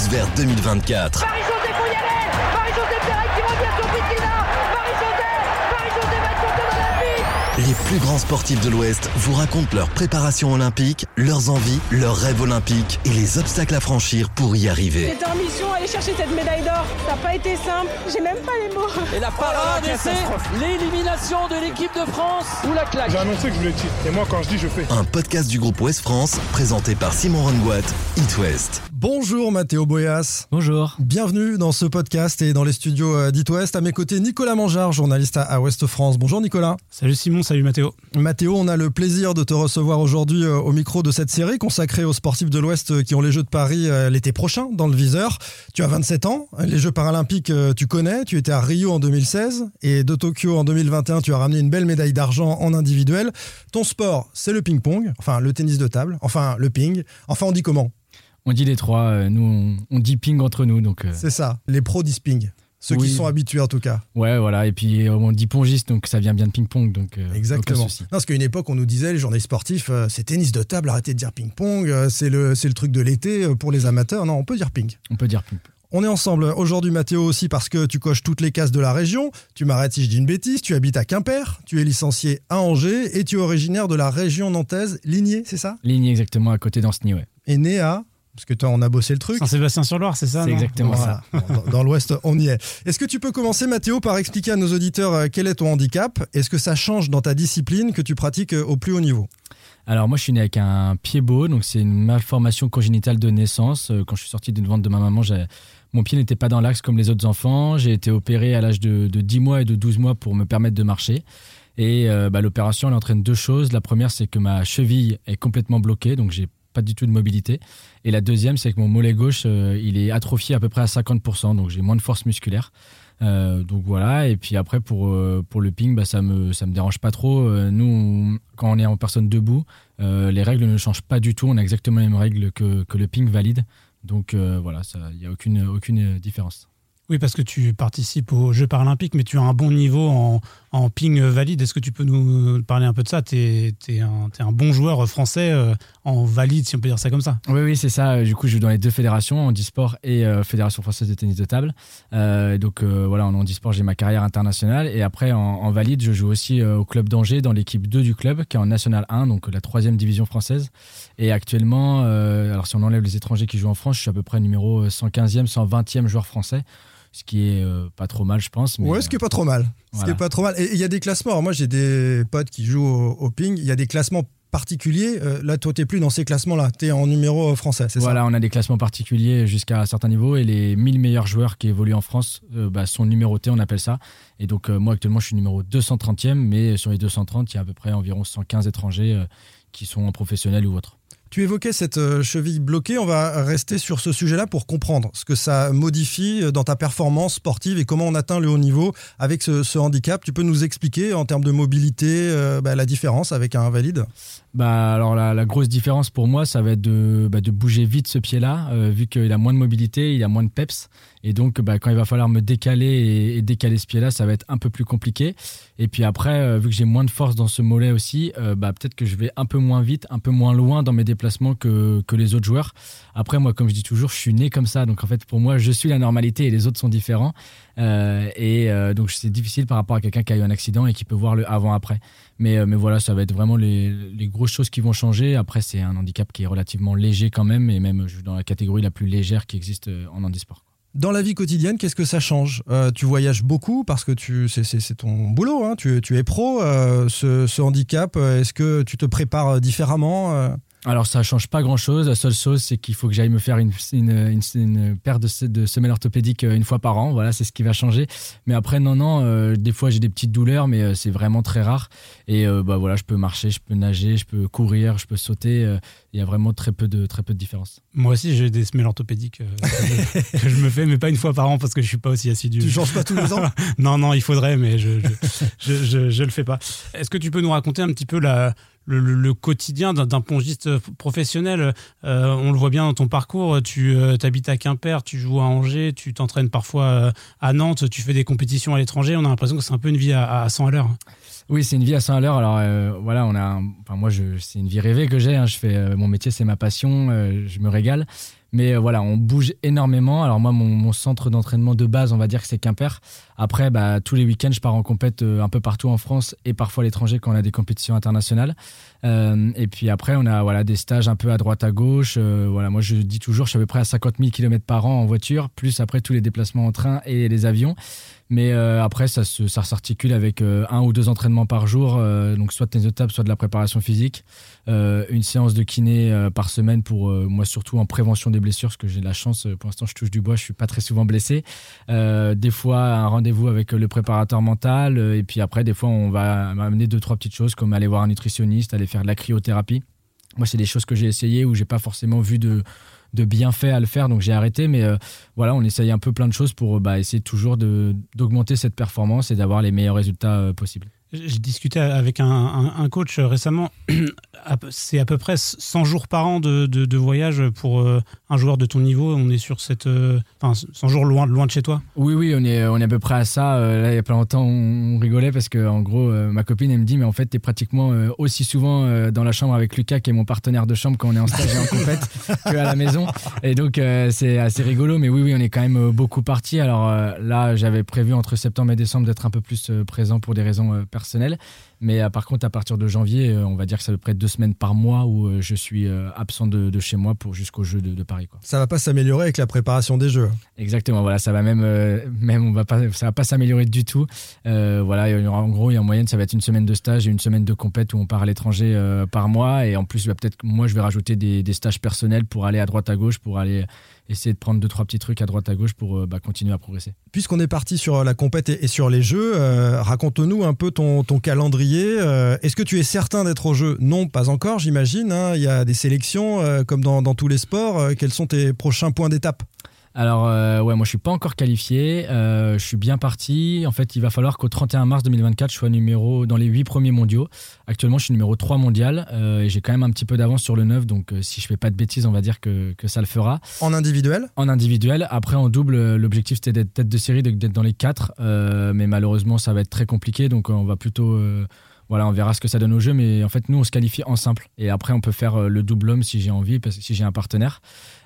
tous vers 2024. Marie-Josée, faut y aller. Marie-Josée Pérez qui revient sur Piscina. Marie-Josée va être championne olympique. Les plus grands sportifs de l'Ouest vous racontent leur préparation olympique, leurs envies, leurs rêves olympiques et les obstacles à franchir pour y arriver. C'était en mission, aller chercher cette médaille d'or. Ça n'a pas été simple, j'ai même pas les mots. Et la parade, c'est l'élimination de l'équipe de France. Ou la claque. J'ai annoncé que je voulais le titre. Et moi, quand je dis, je fais. Un podcast du groupe Ouest France, présenté par Simon Rongoat, It West. Bonjour Mathéo Boyas. Bonjour. Bienvenue dans ce podcast et dans les studios d'It West. À mes côtés, Nicolas Mangeard, journaliste à Ouest France. Bonjour Nicolas. Salut Simon, salut Mathéo. Mathéo, on a le plaisir de te recevoir aujourd'hui au micro de cette série consacrée aux sportifs de l'Ouest qui ont les Jeux de Paris l'été prochain dans le viseur. Tu as 27 ans, les Jeux paralympiques tu connais, tu étais à Rio en 2016 et de Tokyo en 2021 tu as ramené une belle médaille d'argent en individuel. Ton sport, c'est le ping-pong, enfin le tennis de table, enfin le ping, enfin on dit comment ? On dit les trois, nous on dit ping entre nous. Donc, C'est ça, les pros disent ping. Ceux qui sont habitués en tout cas. Ouais, voilà. Et puis on dit pongiste, donc ça vient bien de ping-pong. Donc, exactement. aucun souci. Non, parce qu'à une époque, on nous disait, les journalistes sportifs, c'est tennis de table, arrêtez de dire ping-pong, c'est le truc de l'été pour les amateurs. Non, on peut dire ping. On peut dire ping. On est ensemble aujourd'hui, Mathéo, aussi parce que tu coches toutes les cases de la région. Tu m'arrêtes si je dis une bêtise. Tu habites à Quimper, tu es licencié à Angers et tu es originaire de la région nantaise, Ligné, c'est ça ? Ligné, exactement, à côté d'Ancenis, ouais. Et né à... Parce que toi, on a bossé le truc. Saint-Sébastien-sur-Loire, c'est ça ? C'est exactement voilà. ça. Dans l'Ouest, on y est. Est-ce que tu peux commencer, Mathéo, par expliquer à nos auditeurs quel est ton handicap ? Est-ce que ça change dans ta discipline que tu pratiques au plus haut niveau ? Alors moi, je suis né avec un pied beau, donc c'est une malformation congénitale de naissance. Quand je suis sorti d'une ventre de ma maman, mon pied n'était pas dans l'axe comme les autres enfants. J'ai été opéré à l'âge de 10 mois et de 12 mois pour me permettre de marcher. Et l'opération, elle entraîne deux choses. La première, c'est que ma cheville est complètement bloquée, donc j'ai pas du tout de mobilité. Et la deuxième, c'est que mon mollet gauche, il est atrophié à peu près à 50%, donc j'ai moins de force musculaire. Donc voilà. Et puis après, pour le ping, ça me dérange pas trop. Nous, quand on est en personne debout, les règles ne changent pas du tout. On a exactement les mêmes règles que le ping valide. Donc voilà, il n'y a aucune différence. Oui, parce que tu participes aux Jeux paralympiques, mais tu as un bon niveau en ping valide. Est-ce que tu peux nous parler un peu de ça ? T'es un bon joueur français en valide, si on peut dire ça comme ça. Oui, c'est ça. Du coup, je joue dans les deux fédérations, handisport et Fédération française de tennis de table. Voilà, en handisport, j'ai ma carrière internationale. Et après, en valide, je joue aussi au club d'Angers, dans l'équipe 2 du club, qui est en National 1, donc la 3e division française. Et actuellement, alors si on enlève les étrangers qui jouent en France, je suis à peu près numéro 115e, 120e joueur français. Ce qui est pas trop mal, je pense. Mais, ce qui est pas trop mal. Voilà. Ce qui est pas trop mal. Et il y a des classements. Alors moi, j'ai des potes qui jouent au ping. Il y a des classements particuliers. Là, toi, t'es plus dans ces classements-là. T'es en numéro français, c'est ça ? Voilà, on a des classements particuliers jusqu'à un certain niveau. Et les 1000 meilleurs joueurs qui évoluent en France sont numérotés, on appelle ça. Et donc, moi, actuellement, je suis numéro 230e. Mais sur les 230, il y a à peu près environ 115 étrangers qui sont en professionnel ou autre. Tu évoquais cette cheville bloquée, on va rester sur ce sujet-là pour comprendre ce que ça modifie dans ta performance sportive et comment on atteint le haut niveau avec ce handicap. Tu peux nous expliquer en termes de mobilité la différence avec un invalide ? Alors la grosse différence pour moi, ça va être de bouger vite ce pied-là, vu qu'il a moins de mobilité, il a moins de peps. Et donc, quand il va falloir me décaler et décaler ce pied-là, ça va être un peu plus compliqué. Et puis après, vu que j'ai moins de force dans ce mollet aussi, peut-être que je vais un peu moins vite, un peu moins loin dans mes déplacements que les autres joueurs. Après, moi, comme je dis toujours, je suis né comme ça. Donc, en fait, pour moi, je suis la normalité et les autres sont différents. Donc, c'est difficile par rapport à quelqu'un qui a eu un accident et qui peut voir le avant-après. Mais voilà, ça va être vraiment les grosses choses qui vont changer. Après, c'est un handicap qui est relativement léger quand même. Et même, je suis dans la catégorie la plus légère qui existe en handisport. Dans la vie quotidienne, qu'est-ce que ça change ? Tu voyages beaucoup parce que c'est ton boulot, hein, tu es pro. Ce handicap, est-ce que tu te prépares différemment ? Alors, ça ne change pas grand-chose. La seule chose, c'est qu'il faut que j'aille me faire une paire de semelles orthopédiques une fois par an. Voilà, c'est ce qui va changer. Mais après, non, des fois, j'ai des petites douleurs, mais c'est vraiment très rare. Et voilà, je peux marcher, je peux nager, je peux courir, je peux sauter. Il y a vraiment très peu de différence. Moi aussi, j'ai des semelles orthopédiques que je me fais, mais pas une fois par an parce que je ne suis pas aussi assidu. Tu ne changes pas tous les ans ? Non, il faudrait, mais je le fais pas. Est-ce que tu peux nous raconter un petit peu le quotidien d'un pongiste professionnel? On le voit bien dans ton parcours, tu habites à Quimper, tu joues à Angers, tu t'entraînes parfois à Nantes, tu fais des compétitions à l'étranger. On a l'impression que c'est un peu une vie à 100 à l'heure. Oui, c'est une vie à 100 à l'heure. Alors voilà, moi, c'est une vie rêvée que j'ai. Hein. Mon métier, c'est ma passion. Je me régale. Mais voilà, on bouge énormément. Alors moi, mon centre d'entraînement de base, on va dire que c'est Quimper. Après, tous les week-ends, je pars en compète un peu partout en France et parfois à l'étranger quand on a des compétitions internationales. Et puis après, on a des stages un peu à droite à gauche. Moi, je dis toujours, je suis à peu près à 50 000 km par an en voiture, plus après tous les déplacements en train et les avions. Mais après, ça s'articule avec 1 ou 2 entraînements par jour, donc soit de tennis de table, soit de la préparation physique. Une séance de kiné par semaine pour moi, surtout en prévention des blessures, parce que j'ai de la chance, pour l'instant je touche du bois, je suis pas très souvent blessé. Des fois un rendez-vous avec le préparateur mental, et puis après des fois on va m'amener 2-3 petites choses comme aller voir un nutritionniste, aller faire de la cryothérapie. Moi, c'est des choses que j'ai essayées où j'ai pas forcément vu de bienfaits à le faire, donc j'ai arrêté. Mais on essaye un peu plein de choses pour essayer toujours d'augmenter cette performance et d'avoir les meilleurs résultats possibles. J'ai discuté avec un coach récemment. C'est à peu près 100 jours par an de voyage pour un joueur de ton niveau. On est sur 100 jours loin de chez toi. Oui, on est à peu près à ça. Là, il y a pas longtemps, on rigolait parce que en gros, ma copine, elle me dit, mais en fait, t'es pratiquement aussi souvent dans la chambre avec Lucas, qui est mon partenaire de chambre quand on est en stage et en compète, qu'à la maison. Et donc, c'est assez rigolo. Mais oui, on est quand même beaucoup partis. Alors là, j'avais prévu entre septembre et décembre d'être un peu plus présent pour des raisons personnelles. Mais par contre, à partir de janvier, on va dire que c'est à peu près 2 semaines par mois où je suis absent de chez moi jusqu'aux Jeux de Paris, quoi. Ça va pas s'améliorer avec la préparation des Jeux. Exactement, voilà, ça va ça va pas s'améliorer du tout. En gros, en moyenne, ça va être 1 semaine de stage et 1 semaine de compète où on part à l'étranger par mois. Et en plus, peut-être moi, je vais rajouter des stages personnels pour aller à droite à gauche, pour aller essayer de prendre 2-3 petits trucs à droite à gauche pour continuer à progresser. Puisqu'on est parti sur la compète et sur les Jeux, raconte-nous un peu ton calendrier. Est-ce que tu es certain d'être aux Jeux ? Non, pas encore, j'imagine. Il y a des sélections comme dans tous les sports. Quels sont tes prochains points d'étape ? Alors, moi, je suis pas encore qualifié. Je suis bien parti. En fait, il va falloir qu'au 31 mars 2024, je sois dans les 8 premiers mondiaux. Actuellement, je suis numéro 3 mondial et j'ai quand même un petit peu d'avance sur le 9. Donc, si je fais pas de bêtises, on va dire que ça le fera. En individuel ? En individuel. Après, en double, l'objectif, c'était d'être tête de série, d'être dans les 4. Mais malheureusement, ça va être très compliqué. Donc, on va plutôt... on verra ce que ça donne au jeu, mais en fait, nous, on se qualifie en simple. Et après, on peut faire le double homme si j'ai envie, si j'ai un partenaire.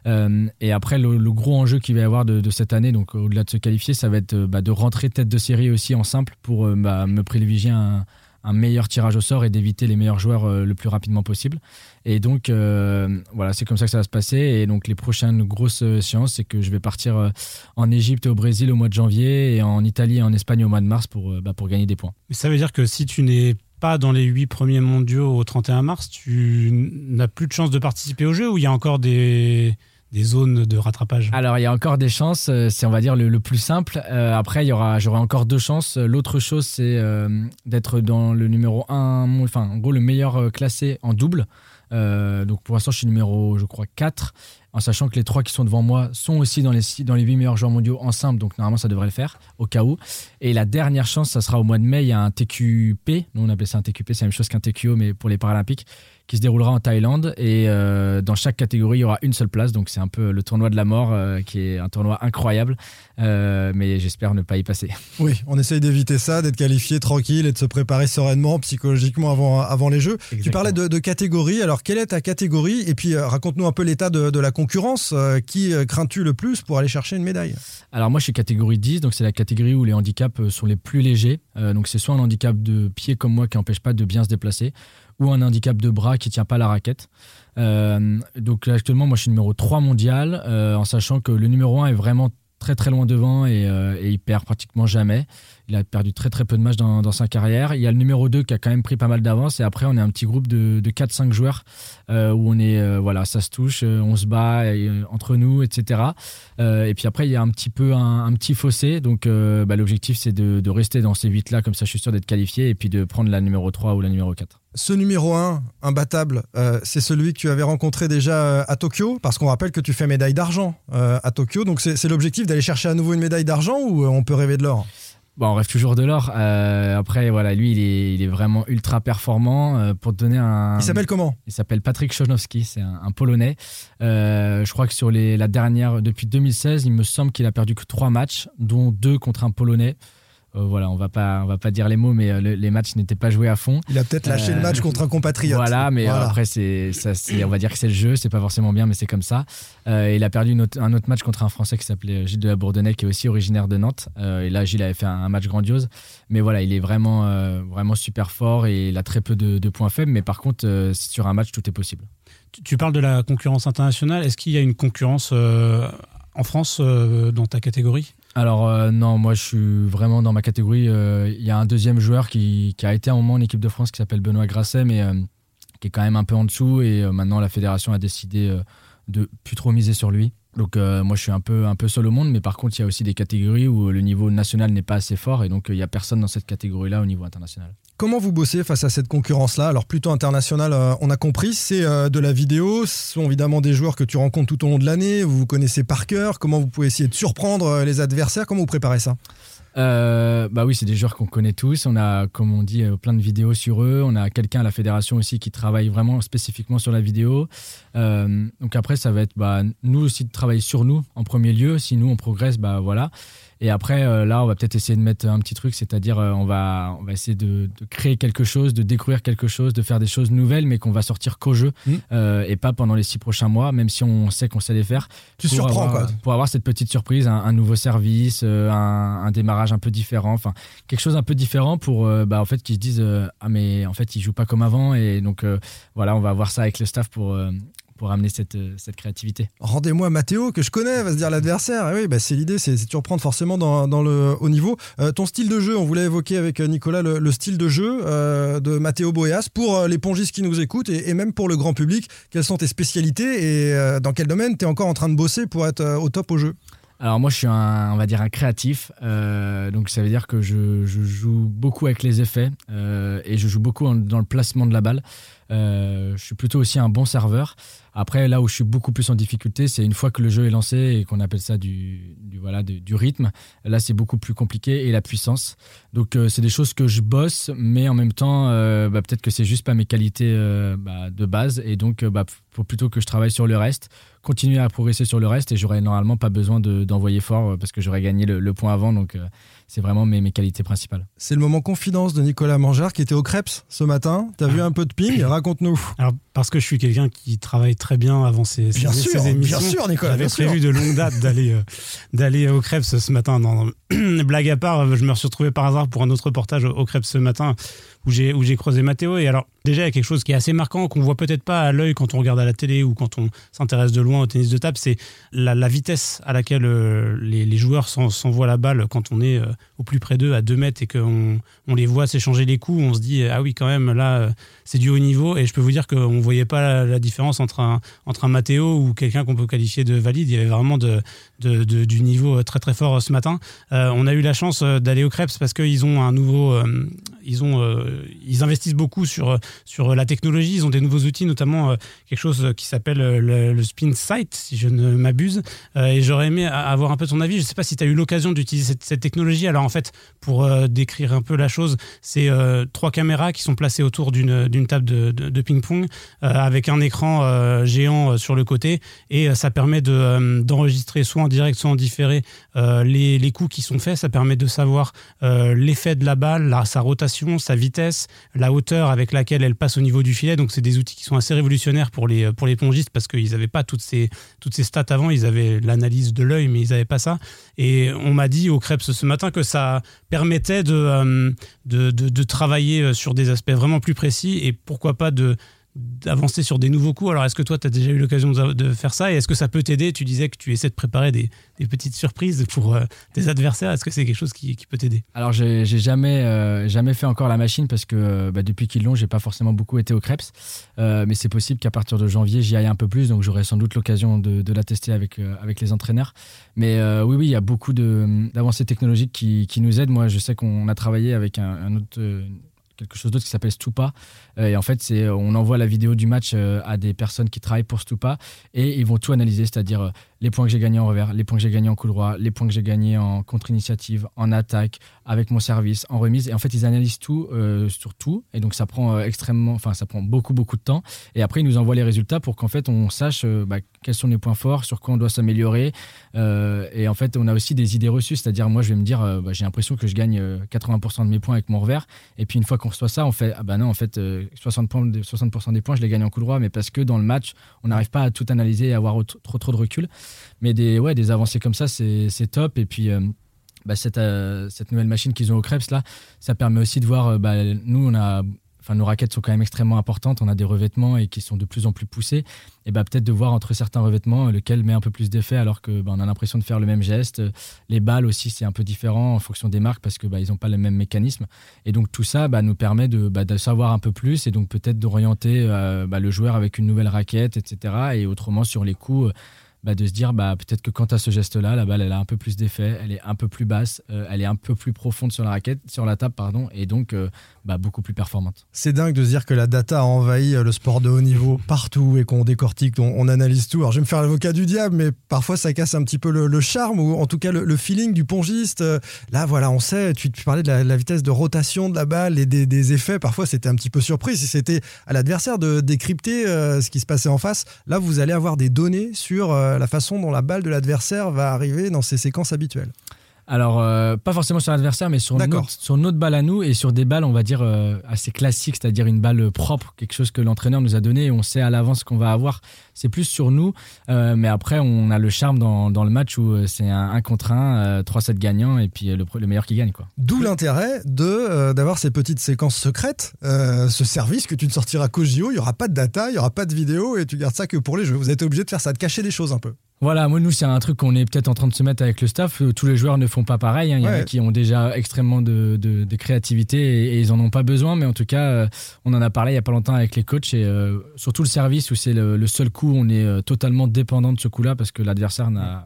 Et après, le gros enjeu qu'il va y avoir de cette année, donc au-delà de se qualifier, ça va être de rentrer tête de série aussi en simple pour me privilégier un meilleur tirage au sort et d'éviter les meilleurs joueurs le plus rapidement possible. Et donc, c'est comme ça que ça va se passer. Et donc, les prochaines grosses séances, c'est que je vais partir en Égypte et au Brésil au mois de janvier et en Italie et en Espagne au mois de mars pour gagner des points. Mais ça veut dire que si tu n'es pas dans les 8 premiers mondiaux au 31 mars, tu n'as plus de chance de participer au jeu ou il y a encore des zones de rattrapage ? Alors, il y a encore des chances, c'est on va dire le plus simple. Après, j'aurai encore 2 chances. L'autre chose, c'est d'être dans le numéro 1, en gros le meilleur classé en double. Donc pour l'instant, je suis numéro, je crois, 4, en sachant que les 3 qui sont devant moi sont aussi dans les 8 meilleurs joueurs mondiaux en simple, donc normalement ça devrait le faire, au cas où. Et la dernière chance, ça sera au mois de mai, il y a un TQP, nous on appelle ça un TQP, c'est la même chose qu'un TQO, mais pour les Paralympiques, qui se déroulera en Thaïlande, et dans chaque catégorie, il y aura une seule place, donc c'est un peu le tournoi de la mort, qui est un tournoi incroyable, mais j'espère ne pas y passer. Oui, on essaye d'éviter ça, d'être qualifié tranquille et de se préparer sereinement, psychologiquement avant les Jeux. Exactement. Tu parlais de catégorie, alors quelle est ta catégorie ? Et puis raconte-nous un peu l'état de la concurrence. Qui crains-tu le plus pour aller chercher une médaille ? Alors moi je suis catégorie 10, donc c'est la catégorie où les handicaps sont les plus légers. Donc c'est soit un handicap de pied comme moi qui n'empêche pas de bien se déplacer, ou un handicap de bras qui ne tient pas la raquette. Donc actuellement moi je suis numéro 3 mondial, en sachant que le numéro 1 est vraiment très très loin devant et il perd pratiquement jamais. Il a perdu très très peu de matchs dans sa carrière. Il y a le numéro 2 qui a quand même pris pas mal d'avance et après on est un petit groupe de 4-5 joueurs où on est ça se touche, on se bat entre nous, etc. Et puis après il y a un petit peu un petit fossé, donc l'objectif c'est de rester dans ces 8 là, comme ça je suis sûr d'être qualifié et puis de prendre la numéro 3 ou la numéro 4. Ce numéro 1, imbattable, c'est celui que tu avais rencontré déjà à Tokyo, parce qu'on rappelle que tu fais médaille d'argent à Tokyo, donc c'est l'objectif d'aller chercher à nouveau une médaille d'argent ou on peut rêver de l'or ? On rêve toujours de l'or. Après, lui, il est vraiment ultra performant. Pour te donner Il s'appelle comment ? Il s'appelle Patryk Chojnowski, c'est un Polonais. Je crois que sur la dernière, depuis 2016, il me semble qu'il a perdu que 3 matchs, dont 2 contre un Polonais. voilà, on va pas dire les mots, mais les matchs n'étaient pas joués à fond. Il a peut-être lâché le match contre un compatriote. Voilà, mais après on va dire que c'est le jeu, c'est pas forcément bien, mais c'est comme ça. Il a perdu un autre match contre un Français qui s'appelait Gilles de la Bourdonnais, qui est aussi originaire de Nantes. Et là, Gilles avait fait un match grandiose, mais voilà, il est vraiment super fort et il a très peu de points faibles. Mais par contre, sur un match, tout est possible. Tu parles de la concurrence internationale. Est-ce qu'il y a une concurrence en France dans ta catégorie ? Alors non, moi je suis vraiment dans ma catégorie. Il y a un deuxième joueur qui a été à un moment en équipe de France qui s'appelle Benoît Grasset, mais qui est quand même un peu en dessous. Et maintenant la fédération a décidé de plus trop miser sur lui. Donc moi je suis un peu seul au monde, mais par contre il y a aussi des catégories où le niveau national n'est pas assez fort et donc il n'y a personne dans cette catégorie-là au niveau international. Comment vous bossez face à cette concurrence-là ? Alors plutôt internationale, on a compris, c'est de la vidéo, ce sont évidemment des joueurs que tu rencontres tout au long de l'année, vous connaissez par cœur, comment vous pouvez essayer de surprendre les adversaires, comment vous préparez ça ? Bah oui, c'est des joueurs qu'on connaît tous. On a, comme on dit, plein de vidéos sur eux. On a quelqu'un à la fédération aussi qui travaille vraiment spécifiquement sur la vidéo. Donc après, ça va être nous aussi de travailler sur nous en premier lieu. Si nous on progresse, voilà. Et après, là, on va peut-être essayer de mettre un petit truc, c'est-à-dire on va essayer de créer quelque chose, de découvrir quelque chose, de faire des choses nouvelles, mais qu'on va sortir qu'au jeu et pas pendant les 6 prochains mois, même si on sait qu'on sait les faire. Tu surprends quoi. Pour avoir cette petite surprise, un nouveau service, un démarrage un peu différent, enfin quelque chose un peu différent pour en fait qu'ils se disent mais en fait ils jouent pas comme avant et donc voilà, on va voir ça avec le staff pour amener cette créativité. Rendez-moi Matteo, que je connais, va se dire l'adversaire. Et oui, c'est l'idée, c'est de surprendre forcément dans le haut niveau. Ton style de jeu, on voulait évoquer avec Nicolas le style de jeu de Matteo Boeas. Pour les pongistes qui nous écoutent et même pour le grand public, quelles sont tes spécialités et dans quel domaine tu es encore en train de bosser pour être au top au jeu ? Alors moi je suis on va dire un créatif, donc ça veut dire que je joue beaucoup avec les effets et je joue beaucoup dans le placement de la balle. Je suis plutôt aussi un bon serveur. Après, là où je suis beaucoup plus en difficulté, c'est une fois que le jeu est lancé et qu'on appelle ça du rythme. Là, c'est beaucoup plus compliqué et la puissance. Donc, c'est des choses que je bosse, mais en même temps, peut-être que c'est juste pas mes qualités de base. Et donc, faut plutôt que je travaille sur le reste, continuer à progresser sur le reste et j'aurais normalement pas besoin d'envoyer fort parce que j'aurais gagné le point avant. Donc, c'est vraiment mes qualités principales. C'est le moment confidence de Nicolas Mangeard qui était au Crêpes ce matin. T'as vu un peu de ping ? Raconte-nous. Alors, parce que je suis quelqu'un qui travaille très bien avant ces émissions. Bien sûr, Nicolas. J'avais prévu de longue date d'aller au Crêpes ce matin. Blague à part, je me suis retrouvé par hasard pour un autre reportage au Crêpes ce matin où j'ai croisé Matteo. Et alors, déjà, il y a quelque chose qui est assez marquant, qu'on voit peut-être pas à l'œil quand on regarde à la télé ou quand on s'intéresse de loin au tennis de table, c'est la vitesse à laquelle les joueurs s'envoient la balle quand on est au plus près d'eux, à 2 mètres, et qu'on les voit s'échanger les coups. On se dit, ah oui, quand même, là, c'est du haut niveau. Et je peux vous dire qu'on ne voyait pas la différence entre un Matteo ou quelqu'un qu'on peut qualifier de valide. Il y avait vraiment du niveau très, très fort ce matin. On a eu la chance d'aller au Crêpes parce qu'ils ont un nouveau... ils investissent beaucoup sur la technologie. Ils ont des nouveaux outils, notamment quelque chose qui s'appelle le Spin Sight, si je ne m'abuse. Et j'aurais aimé avoir un peu ton avis. Je ne sais pas si tu as eu l'occasion d'utiliser cette technologie. Alors en fait, pour décrire un peu la chose, c'est 3 caméras qui sont placées autour d'une table de ping-pong avec un écran géant sur le côté. Et ça permet d'enregistrer soit en direct, soit en différé les coups qui sont faits. Ça permet de savoir l'effet de la balle, sa rotation, sa vitesse, la hauteur avec laquelle elle passe au niveau du filet. Donc c'est des outils qui sont assez révolutionnaires pour les pongistes parce qu'ils n'avaient pas toutes ces stats avant. Ils avaient l'analyse de l'œil, mais ils n'avaient pas ça. Et on m'a dit au Crêpes ce matin que ça permettait de travailler sur des aspects vraiment plus précis et pourquoi pas d'avancer sur des nouveaux coups. Alors, est-ce que toi, tu as déjà eu l'occasion de faire ça et est-ce que ça peut t'aider ? Tu disais que tu essaies de préparer des petites surprises pour tes adversaires. Est-ce que c'est quelque chose qui peut t'aider ? Alors, j'ai jamais fait encore la machine parce que depuis qu'ils l'ont, j'ai pas forcément beaucoup été au Crêpes. Mais c'est possible qu'à partir de janvier, j'y aille un peu plus. Donc, j'aurai sans doute l'occasion de la tester avec les entraîneurs. Mais oui, il y a beaucoup d'avancées technologiques qui nous aident. Moi, je sais qu'on a travaillé avec un autre... quelque chose d'autre qui s'appelle Stupa. Et en fait, on envoie la vidéo du match à des personnes qui travaillent pour Stupa et ils vont tout analyser, c'est-à-dire les points que j'ai gagnés en revers, les points que j'ai gagnés en coup droit, les points que j'ai gagnés en contre-initiative, en attaque, avec mon service, en remise. Et en fait, ils analysent tout sur tout. Et donc, ça prend ça prend beaucoup de temps. Et après, ils nous envoient les résultats pour qu'en fait, on sache quels sont les points forts, sur quoi on doit s'améliorer. Et en fait, on a aussi des idées reçues. C'est-à-dire, moi, je vais me dire, j'ai l'impression que je gagne 80% de mes points avec mon revers. Et puis, une fois qu'on reçoit ça, on fait, 60% des points, je les gagne en coup droit. Mais parce que dans le match, on n'arrive pas à tout analyser et à avoir trop de recul. Mais des avancées comme ça, c'est top. Et puis, cette nouvelle machine qu'ils ont au Krebs, là, ça permet aussi de voir, nous, nos raquettes sont quand même extrêmement importantes. On a des revêtements et qui sont de plus en plus poussés. Et peut-être de voir entre certains revêtements lequel met un peu plus d'effet alors que on a l'impression de faire le même geste. Les balles aussi, c'est un peu différent en fonction des marques parce que ils n'ont pas le même mécanisme. Et donc tout ça nous permet de savoir un peu plus et donc peut-être d'orienter le joueur avec une nouvelle raquette, etc. Et autrement sur les coups. De se dire peut-être que quand tu as ce geste-là, la balle elle a un peu plus d'effet, elle est un peu plus basse, elle est un peu plus profonde sur la table, et donc beaucoup plus performante. C'est dingue de se dire que la data a envahi le sport de haut niveau partout et qu'on décortique, on analyse tout. Alors je vais me faire l'avocat du diable, mais parfois ça casse un petit peu le charme ou en tout cas le feeling du pongiste. Là voilà, on sait, tu parlais de la vitesse de rotation de la balle et des effets. Parfois c'était un petit peu surpris si c'était à l'adversaire de décrypter ce qui se passait en face. Là vous allez avoir des données sur la façon dont la balle de l'adversaire va arriver dans ses séquences habituelles. Alors, pas forcément sur l'adversaire, mais sur notre balle à nous et sur des balles, on va dire, assez classiques, c'est-à-dire une balle propre, quelque chose que l'entraîneur nous a donné et on sait à l'avance ce qu'on va avoir. C'est plus sur nous, mais après, on a le charme dans le match où c'est un 1 contre 1, 3-7 gagnants et puis le meilleur qui gagne, quoi. D'où l'intérêt d'avoir ces petites séquences secrètes, ce service que tu ne sortiras qu'au JO, il n'y aura pas de data, il n'y aura pas de vidéo et tu gardes ça que pour les jeux. Vous êtes obligé de faire ça, de cacher des choses un peu. Voilà, nous, c'est un truc qu'on est peut-être en train de se mettre avec le staff. Tous les joueurs ne font pas pareil. Il y en a qui ont déjà extrêmement de créativité et ils en ont pas besoin. Mais en tout cas, on en a parlé il y a pas longtemps avec les coachs et surtout le service où c'est le seul coup, on est totalement dépendant de ce coup-là parce que l'adversaire n'a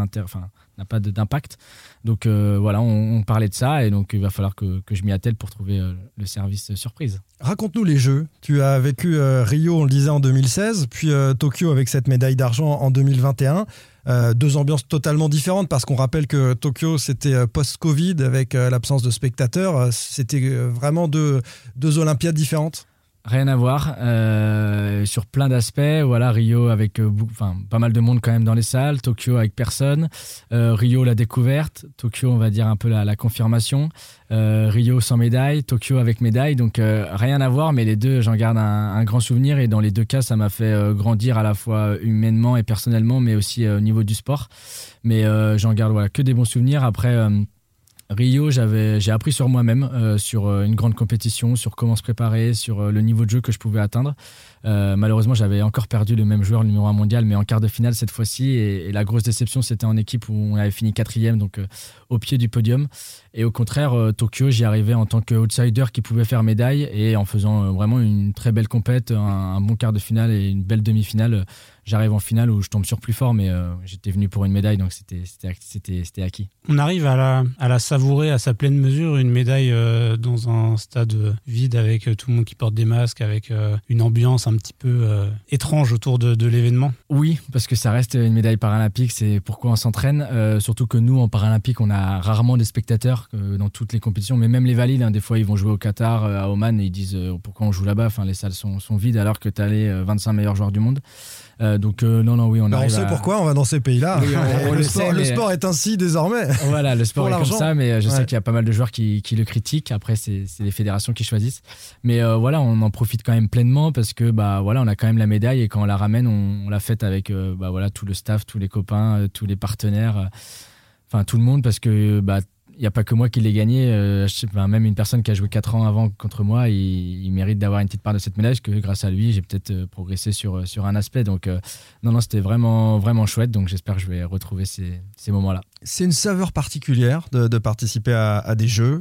n'a pas d'impact. Donc on parlait de ça et donc il va falloir que je m'y attelle pour trouver le service surprise. Raconte-nous les Jeux. Tu as vécu Rio, on le disait, en 2016, puis Tokyo avec cette médaille d'argent en 2021. Deux ambiances totalement différentes parce qu'on rappelle que Tokyo c'était post-Covid avec l'absence de spectateurs. C'était vraiment deux Olympiades différentes. Rien à voir sur plein d'aspects. Voilà, Rio avec pas mal de monde quand même dans les salles, Tokyo avec personne, Rio la découverte, Tokyo on va dire un peu la confirmation, Rio sans médaille, Tokyo avec médaille, donc rien à voir, mais les deux j'en garde un grand souvenir et dans les deux cas ça m'a fait grandir à la fois humainement et personnellement, mais aussi au niveau du sport. Mais j'en garde que des bons souvenirs. Après Rio, j'ai appris sur moi-même, sur une grande compétition, sur comment se préparer, sur le niveau de jeu que je pouvais atteindre. Malheureusement, j'avais encore perdu le même joueur, le numéro 1 mondial, mais en quart de finale cette fois-ci. Et la grosse déception, c'était en équipe où on avait fini 4e, donc au pied du podium. Et au contraire, Tokyo, j'y arrivais en tant qu'outsider qui pouvait faire médaille. Et en faisant vraiment une très belle compète, un bon quart de finale et une belle demi-finale, j'arrive en finale où je tombe sur plus fort, mais j'étais venu pour une médaille, donc c'était acquis. On arrive à la savourer à sa pleine mesure, une médaille dans un stade vide avec tout le monde qui porte des masques, avec une ambiance un petit peu étrange autour de l'événement. Oui, parce que ça reste une médaille paralympique, c'est pourquoi on s'entraîne. Surtout que nous, en paralympique, on a rarement des spectateurs dans toutes les compétitions, mais même les valides, des fois, ils vont jouer au Qatar, à Oman, et ils disent pourquoi on joue là-bas. Enfin, les salles sont vides alors que tu as les 25 meilleurs joueurs du monde. Donc oui, on arrive. On sait pourquoi on va dans ces pays-là. Oui, le sport est ainsi désormais. Voilà, le sport est l'argent. comme ça, mais je sais qu'il y a pas mal de joueurs qui le critiquent. Après, c'est les fédérations qui choisissent. Mais on en profite quand même pleinement parce que on a quand même la médaille et quand on la ramène, on la fête avec tout le staff, tous les copains, tous les partenaires, tout le monde parce que il n'y a pas que moi qui l'ai gagné. Même une personne qui a joué 4 ans avant contre moi, il mérite d'avoir une petite part de cette médaille, parce que grâce à lui, j'ai peut-être progressé sur un aspect. Donc, c'était vraiment, vraiment chouette. Donc, j'espère que je vais retrouver ces moments-là. C'est une saveur particulière de participer à des jeux,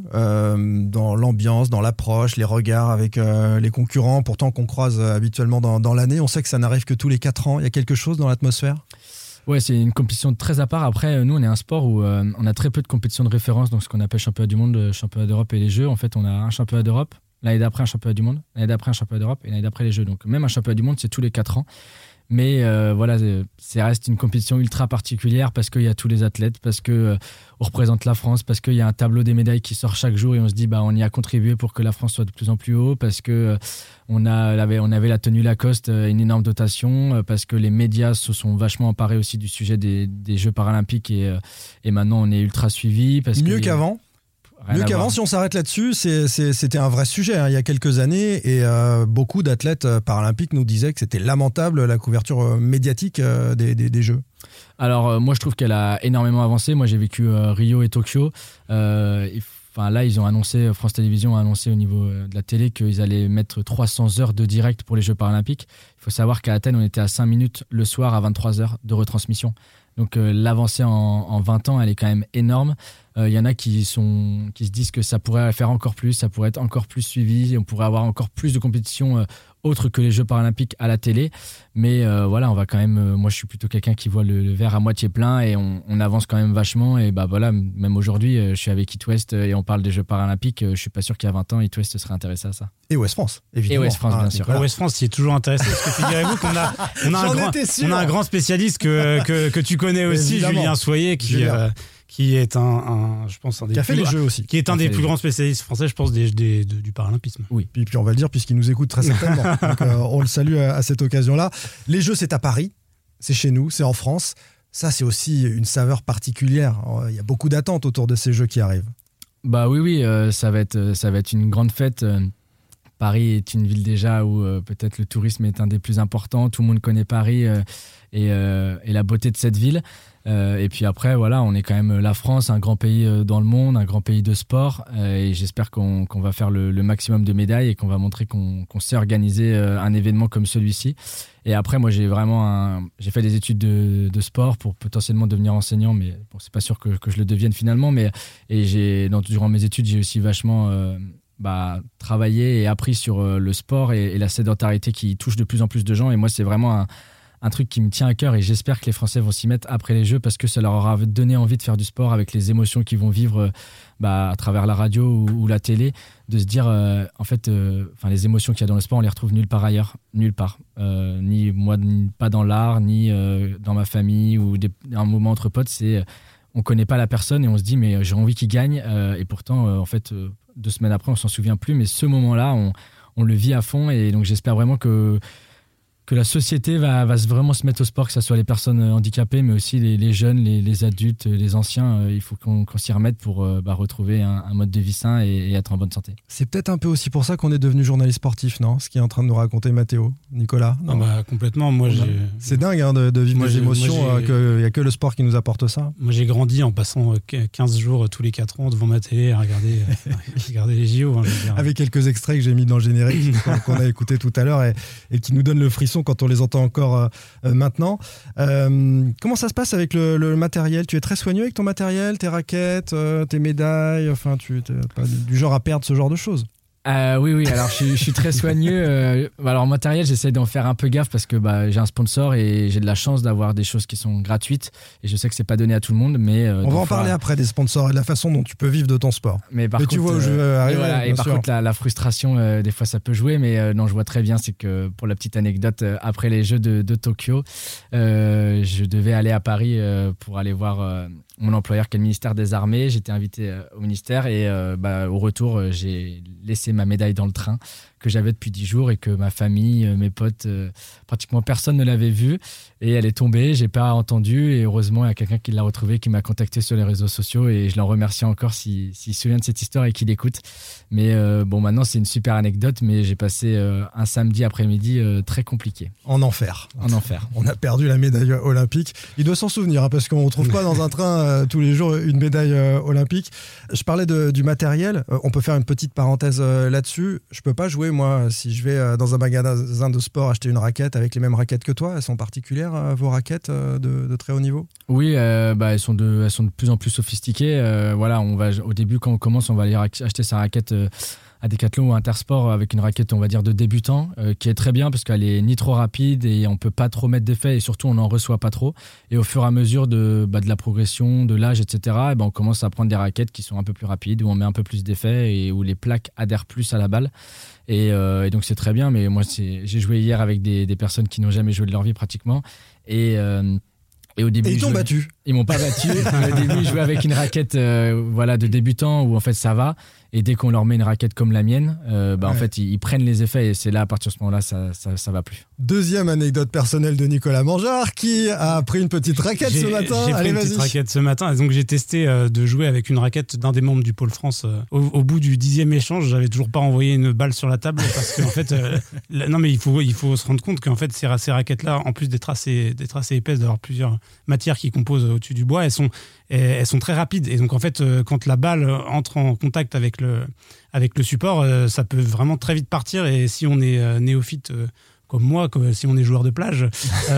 dans l'ambiance, dans l'approche, les regards avec les concurrents, pourtant qu'on croise habituellement dans l'année. On sait que ça n'arrive que tous les 4 ans. Il y a quelque chose dans l'atmosphère ? Ouais, c'est une compétition très à part. Après, nous, on est un sport où on a très peu de compétitions de référence, donc ce qu'on appelle championnat du monde, championnat d'Europe et les Jeux. En fait, on a un championnat d'Europe, l'année d'après un championnat du monde, l'année d'après un championnat d'Europe et l'année d'après les Jeux. Donc même un championnat du monde, c'est tous les 4 ans. Mais voilà, ça reste une compétition ultra particulière parce qu'il y a tous les athlètes, parce que on représente la France, parce qu'il y a un tableau des médailles qui sort chaque jour et on se dit on y a contribué pour que la France soit de plus en plus haut, parce que on avait la tenue Lacoste, une énorme dotation, parce que les médias se sont vachement emparés aussi du sujet des Jeux paralympiques et maintenant on est ultra suivi. Mieux qu'avant. Mieux qu'avant, si on s'arrête là-dessus, c'était un vrai sujet il y a quelques années et beaucoup d'athlètes paralympiques nous disaient que c'était lamentable la couverture médiatique des Jeux. Alors moi je trouve qu'elle a énormément avancé. Moi j'ai vécu Rio et Tokyo. Là ils ont annoncé, France Télévisions a annoncé au niveau de la télé qu'ils allaient mettre 300 heures de direct pour les Jeux paralympiques. Il faut savoir qu'à Athènes on était à 5 minutes le soir à 23 heures de retransmission. Donc l'avancée en 20 ans, elle est quand même énorme. Il y en a qui se disent que ça pourrait faire encore plus, ça pourrait être encore plus suivi, on pourrait avoir encore plus de compétitions autres que les Jeux paralympiques à la télé. Mais voilà, on va quand même. Moi, je suis plutôt quelqu'un qui voit le verre à moitié plein et on avance quand même vachement. Et voilà, même aujourd'hui, je suis avec It West et on parle des Jeux paralympiques. Je suis pas sûr qu'il y a 20 ans, It West serait intéressé à ça. Et Ouest France, évidemment. Et Ouest France, bien sûr. Voilà. Ouest France, il est toujours intéressé. Parce que figurez-vous qu'on a un grand spécialiste que tu connais aussi, évidemment. Julien Soyer, qui est je pense un des qui a fait les Jeux aussi. Qui est un des plus grands spécialistes français, je pense, du paralympisme. Oui, puis on va le dire puisqu'il nous écoute très certainement. Donc, on le salue à cette occasion-là. Les Jeux, c'est à Paris, c'est chez nous, c'est en France. Ça, c'est aussi une saveur particulière. Il y a beaucoup d'attentes autour de ces Jeux qui arrivent. Oui, ça va être une grande fête. Paris est une ville déjà où peut-être le tourisme est un des plus importants. Tout le monde connaît Paris et la beauté de cette ville. Et puis après, voilà, on est quand même la France, un grand pays dans le monde, un grand pays de sport. Et j'espère qu'on va faire le maximum de médailles et qu'on va montrer qu'on sait organiser un événement comme celui-ci. Et après, moi, j'ai fait des études de sport pour potentiellement devenir enseignant, mais bon, c'est pas sûr que je le devienne finalement. Durant mes études, j'ai aussi vachement travaillé et appris sur le sport et la sédentarité qui touche de plus en plus de gens. Et moi, c'est vraiment un truc qui me tient à cœur et j'espère que les Français vont s'y mettre après les Jeux parce que ça leur aura donné envie de faire du sport avec les émotions qu'ils vont vivre à travers la radio ou la télé, de se dire les émotions qu'il y a dans le sport, on les retrouve nulle part ailleurs, nulle part. Ni moi, pas dans l'art, ni dans ma famille ou un moment entre potes. On connaît pas la personne et on se dit mais j'ai envie qu'il gagne et pourtant 2 semaines après on s'en souvient plus, mais ce moment-là on le vit à fond et donc j'espère vraiment que la société va vraiment se mettre au sport, que ce soit les personnes handicapées, mais aussi les jeunes, les adultes, les anciens. Il faut qu'on s'y remette pour retrouver un mode de vie sain et être en bonne santé. C'est peut-être un peu aussi pour ça qu'on est devenu journaliste sportif, non ? Ce qui est en train de nous raconter Mathéo, Nicolas. Complètement. C'est dingue de vivre des émotions, il n'y a que le sport qui nous apporte ça. Moi, j'ai grandi en passant 15 jours tous les 4 ans devant ma télé à regarder les JO. Avec quelques extraits que j'ai mis dans le générique qu'on a écouté tout à l'heure et qui nous donnent le frisson quand on les entend encore maintenant. Comment ça se passe avec le matériel ? Tu es très soigneux avec ton matériel, tes raquettes, tes médailles, tu n'es pas du genre à perdre ce genre de choses ? Oui, alors je suis très soigneux. Alors matériel, j'essaie d'en faire un peu gaffe parce que j'ai un sponsor et j'ai de la chance d'avoir des choses qui sont gratuites et je sais que c'est pas donné à tout le monde, mais on va en parler après des sponsors et de la façon dont tu peux vivre de ton sport. Mais tu vois où je veux arriver. Et par contre la frustration des fois ça peut jouer, mais non, je vois très bien, c'est que pour la petite anecdote, après les Jeux de Tokyo, je devais aller à Paris pour aller voir mon employeur qui est le ministère des Armées. J'étais invité au ministère et au retour j'ai laissé ma médaille dans le train que j'avais depuis 10 jours et que ma famille, mes potes, pratiquement personne ne l'avait vue et elle est tombée, j'ai pas entendu et heureusement il y a quelqu'un qui l'a retrouvée, qui m'a contacté sur les réseaux sociaux et je l'en remercie encore s'il se souvient de cette histoire et qu'il écoute. Mais maintenant c'est une super anecdote, mais j'ai passé un samedi après-midi très compliqué. En enfer. On a perdu la médaille olympique. Il doit s'en souvenir parce qu'on ne trouve pas dans un train tous les jours une médaille olympique. Je parlais du matériel, on peut faire une petite parenthèse là-dessus. Je peux pas jouer moi si je vais dans un magasin de sport acheter une raquette avec les mêmes raquettes que toi. Elles sont particulières vos raquettes de très haut niveau ? Oui, elles sont de plus en plus sophistiquées. Au début quand on commence, on va aller acheter sa raquette Decathlon ou Intersport avec une raquette, on va dire, de débutant, qui est très bien parce qu'elle est ni trop rapide et on peut pas trop mettre d'effets et surtout on n'en reçoit pas trop. Et au fur et à mesure de la progression, de l'âge, etc., et on commence à prendre des raquettes qui sont un peu plus rapides, où on met un peu plus d'effets et où les plaques adhèrent plus à la balle. Et donc c'est très bien, mais moi j'ai joué hier avec des personnes qui n'ont jamais joué de leur vie pratiquement. Et au début, ils t'ont battu. Ils m'ont pas battu. Au début, je jouais avec une raquette de débutant où en fait ça va. Et dès qu'on leur met une raquette comme la mienne, en fait ils prennent les effets et c'est là à partir de ce moment-là ça va plus. Deuxième anecdote personnelle de Nicolas Mangeard qui a pris une petite raquette ce matin. J'ai pris une petite raquette ce matin et donc j'ai testé de jouer avec une raquette d'un des membres du Pôle France. Au bout du 10e échange, j'avais toujours pas envoyé une balle sur la table parce qu'en fait, non mais il faut se rendre compte qu'en fait ces raquettes-là, en plus d'être assez épaisses, d'avoir plusieurs matières qui composent au-dessus du bois, elles sont très rapides et donc en fait quand la balle entre en contact avec le support, ça peut vraiment très vite partir et si on est néophyte comme moi, si on est joueur de plage,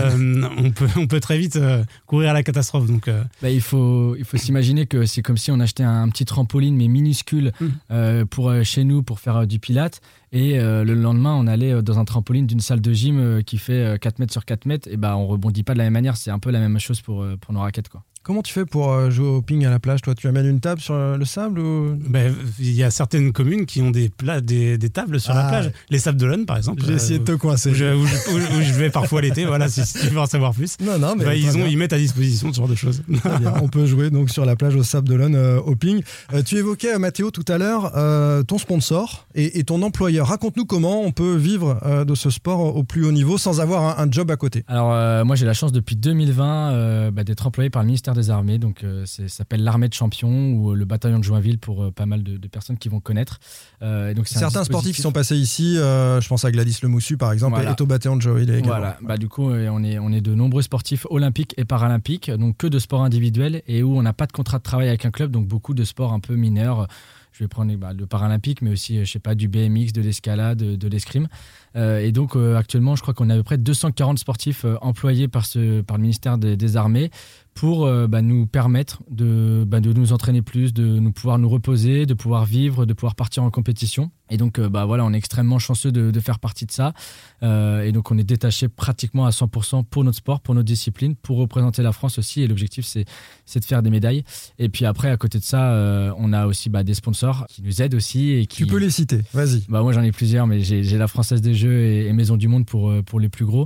on peut très vite courir à la catastrophe. Donc, il faut s'imaginer que c'est comme si on achetait un petit trampoline mais minuscule pour chez nous pour faire du pilate et le lendemain on allait dans un trampoline d'une salle de gym qui fait 4 mètres sur 4 mètres et on rebondit pas de la même manière, c'est un peu la même chose pour nos raquettes quoi. Comment tu fais pour jouer au ping à la plage, toi? Tu amènes une table sur le sable ou... Il y a certaines communes qui ont des tables sur la plage. Les Sables d'Olonne, par exemple. J'ai essayé de te coincer. Où je vais parfois l'été, voilà, si tu veux en savoir plus. Non, mais ils mettent à disposition ce genre de choses. Très bien. On peut jouer donc sur la plage aux Sables d'Olonne au ping. Tu évoquais, Mathéo, tout à l'heure, ton sponsor et ton employeur. Raconte-nous comment on peut vivre de ce sport au plus haut niveau sans avoir un job à côté. Alors, moi, j'ai la chance depuis 2020 d'être employé par le ministère des Armées, donc ça s'appelle l'armée de champions ou le bataillon de Joinville pour pas mal de personnes qui vont connaître. Et donc certains sportifs qui sont passés ici, je pense à Gladys Lemoussu par exemple, est au bataillon de Joinville également. Voilà, du coup on est de nombreux sportifs olympiques et paralympiques, donc que de sports individuels et où on n'a pas de contrat de travail avec un club, donc beaucoup de sports un peu mineurs. Je vais prendre le paralympique, mais aussi, du BMX, de l'escalade, de l'escrime. Et donc, actuellement, je crois qu'on a à peu près 240 sportifs employés par le ministère des Armées pour nous permettre de nous entraîner plus, de pouvoir nous reposer, de pouvoir vivre, de pouvoir partir en compétition. Et donc, on est extrêmement chanceux de faire partie de ça. Et donc, on est détaché pratiquement à 100% pour notre sport, pour notre discipline, pour représenter la France aussi. Et l'objectif, c'est de faire des médailles. Et puis après, à côté de ça, on a aussi des sponsors qui nous aident aussi. Et qui... Tu peux les citer, vas-y. Moi, j'en ai plusieurs, mais j'ai la Française des Jeux et Maison du Monde pour les plus gros,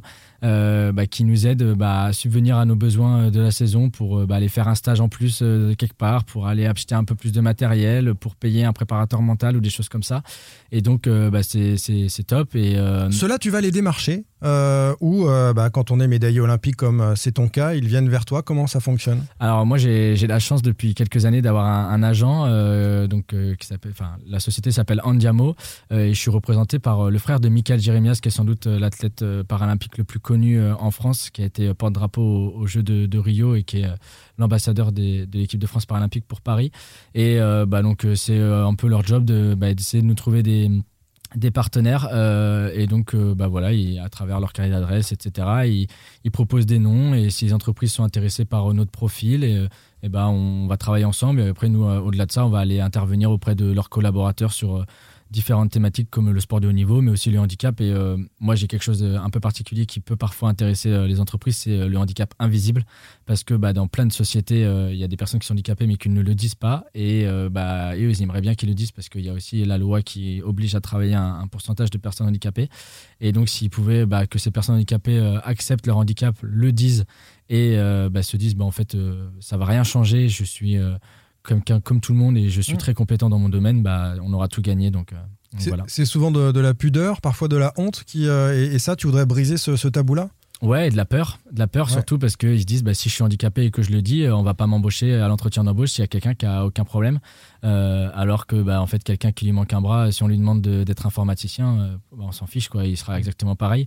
qui nous aident à subvenir à nos besoins de la saison pour aller faire un stage en plus quelque part, pour aller acheter un peu plus de matériel, pour payer un préparateur mental ou des choses comme ça. Et donc, c'est top. Et ceux-là, tu vas les démarcher ou quand on est médaillé olympique comme c'est ton cas, ils viennent vers toi. Comment ça fonctionne? Alors moi, j'ai la chance depuis quelques années d'avoir un agent, qui s'appelle, la société s'appelle Andiamo, et je suis représenté par le frère de Michael Jérémias, qui est sans doute l'athlète paralympique le plus connu en France, qui a été porte-drapeau aux Jeux de Rio et qui est l'ambassadeur de l'équipe de France paralympique pour Paris. Et donc c'est un peu leur job d'essayer de nous trouver des partenaires et donc à travers leur carnet d'adresse, etc., ils proposent des noms et si les entreprises sont intéressées par notre profil on va travailler ensemble et après nous au-delà de ça on va aller intervenir auprès de leurs collaborateurs sur différentes thématiques comme le sport de haut niveau mais aussi le handicap et moi j'ai quelque chose d'un peu particulier qui peut parfois intéresser les entreprises, c'est le handicap invisible parce que dans plein de sociétés il y a des personnes qui sont handicapées mais qui ne le disent pas et eux ils aimeraient bien qu'ils le disent parce qu'il y a aussi la loi qui oblige à travailler un pourcentage de personnes handicapées et donc s'ils pouvaient que ces personnes handicapées acceptent leur handicap, le disent et se disent en fait ça va rien changer, je suis comme tout le monde et je suis très compétent dans mon domaine, on aura tout gagné. Donc voilà. C'est souvent de la pudeur, parfois de la honte et ça, tu voudrais briser ce tabou-là? Ouais, et de la peur surtout parce qu'ils se disent si je suis handicapé et que je le dis, on va pas m'embaucher à l'entretien d'embauche s'il y a quelqu'un qui a aucun problème, alors que en fait quelqu'un qui lui manque un bras, si on lui demande d'être informaticien, on s'en fiche quoi, il sera exactement pareil,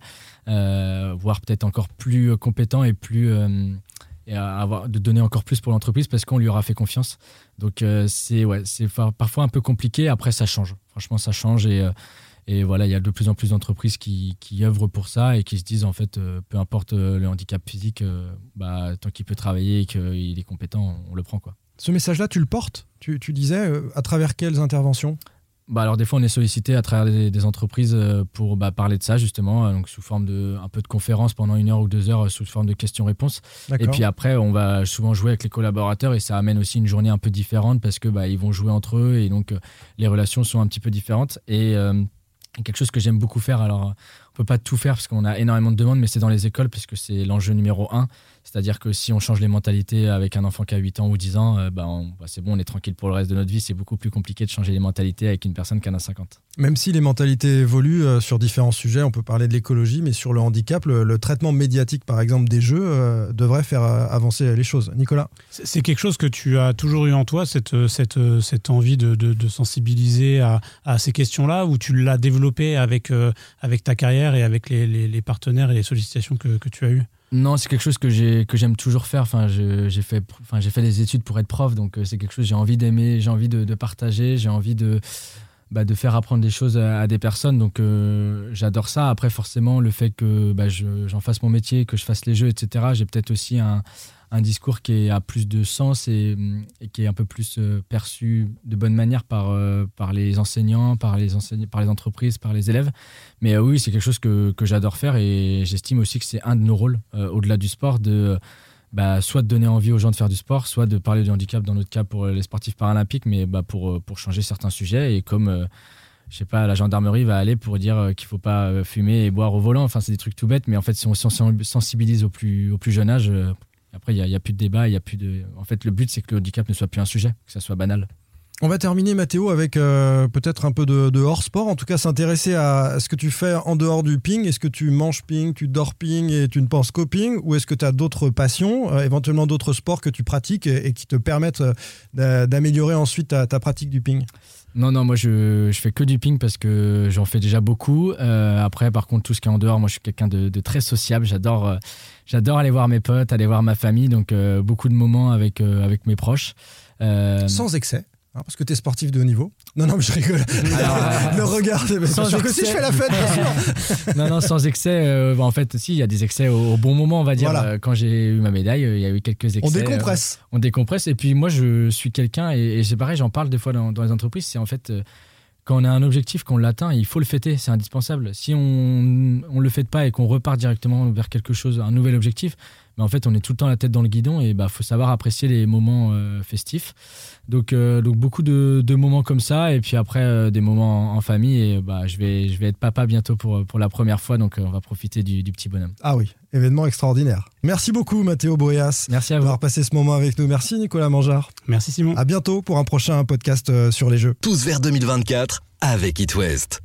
voire peut-être encore plus compétent et plus et de donner encore plus pour l'entreprise parce qu'on lui aura fait confiance. Donc c'est parfois un peu compliqué. Après ça change. Franchement ça change et voilà, il y a de plus en plus d'entreprises qui œuvrent pour ça et qui se disent en fait peu importe le handicap physique, tant qu'il peut travailler et qu'il est compétent, on le prend quoi. Ce message-là, tu le portes? Tu disais à travers quelles interventions? Alors des fois on est sollicité à travers des entreprises pour parler de ça justement, donc sous forme de un peu de conférence pendant 1 heure ou 2 heures sous forme de questions-réponses. D'accord. Et puis après on va souvent jouer avec les collaborateurs et ça amène aussi une journée un peu différente parce que ils vont jouer entre eux et donc les relations sont un petit peu différentes. Et quelque chose que j'aime beaucoup faire, alors on peut pas tout faire parce qu'on a énormément de demandes, mais c'est dans les écoles parce que c'est l'enjeu numéro 1. C'est-à-dire que si on change les mentalités avec un enfant qui a 8 ans ou 10 ans, c'est bon, on est tranquille pour le reste de notre vie. C'est beaucoup plus compliqué de changer les mentalités avec une personne qui en a 50. Même si les mentalités évoluent sur différents sujets, on peut parler de l'écologie, mais sur le handicap, le traitement médiatique, par exemple, des jeux, devrait faire avancer les choses. Nicolas ? C'est quelque chose que tu as toujours eu en toi, cette envie de sensibiliser à ces questions-là, ou tu l'as développé avec ta carrière et avec les partenaires et les sollicitations que tu as eues ? Non, c'est quelque chose que j'aime toujours faire. J'ai fait des études pour être prof, donc c'est quelque chose que j'ai envie d'aimer, j'ai envie de partager, j'ai envie de faire apprendre des choses à des personnes. Donc j'adore ça. Après, forcément, le fait que j'en fasse mon métier, que je fasse les jeux, etc., j'ai peut-être aussi un discours qui a plus de sens et qui est un peu plus perçu de bonne manière par les enseignants, par les entreprises, par les élèves. Mais oui, c'est quelque chose que j'adore faire et j'estime aussi que c'est un de nos rôles, au-delà du sport, soit de donner envie aux gens de faire du sport, soit de parler du handicap dans notre cas pour les sportifs paralympiques, mais pour changer certains sujets. Et comme je sais pas, la gendarmerie va aller pour dire qu'il faut pas fumer et boire au volant. Enfin, c'est des trucs tout bêtes, mais en fait, si on sensibilise au plus jeune âge, après, il y a plus de débat, En fait, le but, c'est que le handicap ne soit plus un sujet, que ça soit banal. On va terminer, Mathéo, avec peut-être un peu de hors-sport. En tout cas, s'intéresser à ce que tu fais en dehors du ping. Est-ce que tu manges ping, tu dors ping et tu ne penses qu'au ping ? Ou est-ce que tu as d'autres passions, éventuellement d'autres sports que tu pratiques et qui te permettent d'améliorer ensuite ta pratique du ping ? Non, moi je fais que du ping parce que j'en fais déjà beaucoup. Après, par contre, tout ce qui est en dehors, moi je suis quelqu'un de très sociable. J'adore aller voir mes potes, aller voir ma famille, donc beaucoup de moments avec mes proches. Sans excès, parce que tu es sportif de haut niveau. Non, mais je rigole. Le regard, sans sûr que si je fais la fête, bien sûr. Non, sans excès. En fait, si, il y a des excès au bon moment, on va dire. Voilà. Quand j'ai eu ma médaille, il y a eu quelques excès. On décompresse. On décompresse. Et puis moi, je suis quelqu'un, et c'est pareil, j'en parle des fois dans les entreprises, c'est en fait... Quand on a un objectif, qu'on l'atteint, il faut le fêter, c'est indispensable. Si on le fête pas et qu'on repart directement vers quelque chose, un nouvel objectif, en fait, on est tout le temps la tête dans le guidon et faut savoir apprécier les moments festifs. Donc beaucoup de moments comme ça et puis après des moments en famille et je vais être papa bientôt pour la première fois, donc on va profiter du petit bonhomme. Ah oui, événement extraordinaire. Merci beaucoup Mathéo Boéas. Merci à vous d'avoir passé ce moment avec nous. Merci Nicolas Mangeard. Merci Simon. À bientôt pour un prochain podcast sur les jeux. Tous vers 2024 avec It West.